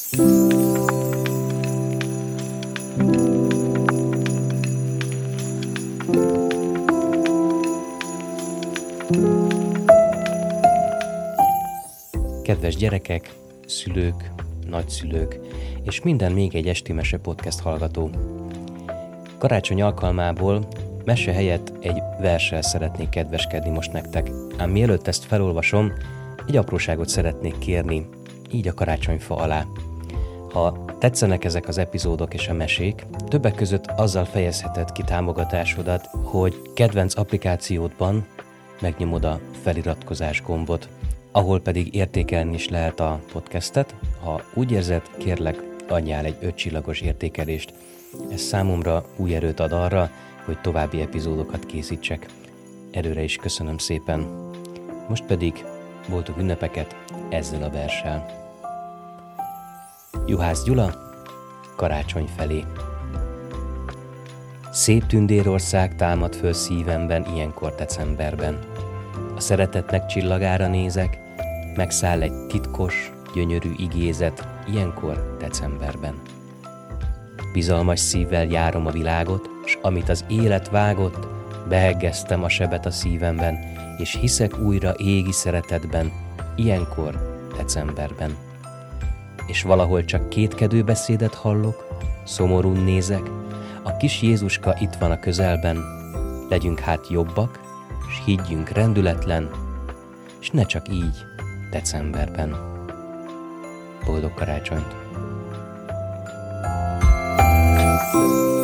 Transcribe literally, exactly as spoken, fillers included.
Kedves gyerekek, szülők, nagyszülők és minden még egy esti mese podcast hallgató. Karácsony alkalmából mese helyett egy verssel szeretnék kedveskedni most nektek. Ám mielőtt ezt felolvasom, egy apróságot szeretnék kérni, így a karácsonyfa alá. Ha tetszenek ezek az epizódok és a mesék, többek között azzal fejezheted ki támogatásodat, hogy kedvenc applikációdban megnyomod a feliratkozás gombot, ahol pedig értékelni is lehet a podcastet. Ha úgy érzed, kérlek, adjál egy öt csillagos értékelést. Ez számomra új erőt ad arra, hogy további epizódokat készítsek. Előre is köszönöm szépen. Most pedig boldog ünnepeket ezzel a verssel. Juhász Gyula, karácsony felé. Szép tündérország támad föl szívemben ilyenkor decemberben. A szeretetnek csillagára nézek, megszáll egy titkos, gyönyörű igézet ilyenkor decemberben. Bizalmas szívvel járom a világot, s amit az élet vágott, beheggeztem a sebet a szívemben, és hiszek újra égi szeretetben, ilyenkor decemberben. És valahol csak kétkedő beszédet hallok, szomorún nézek, a kis Jézuska itt van a közelben, legyünk hát jobbak, s higgyünk rendületlen, s ne csak így decemberben. Boldog karácsonyt!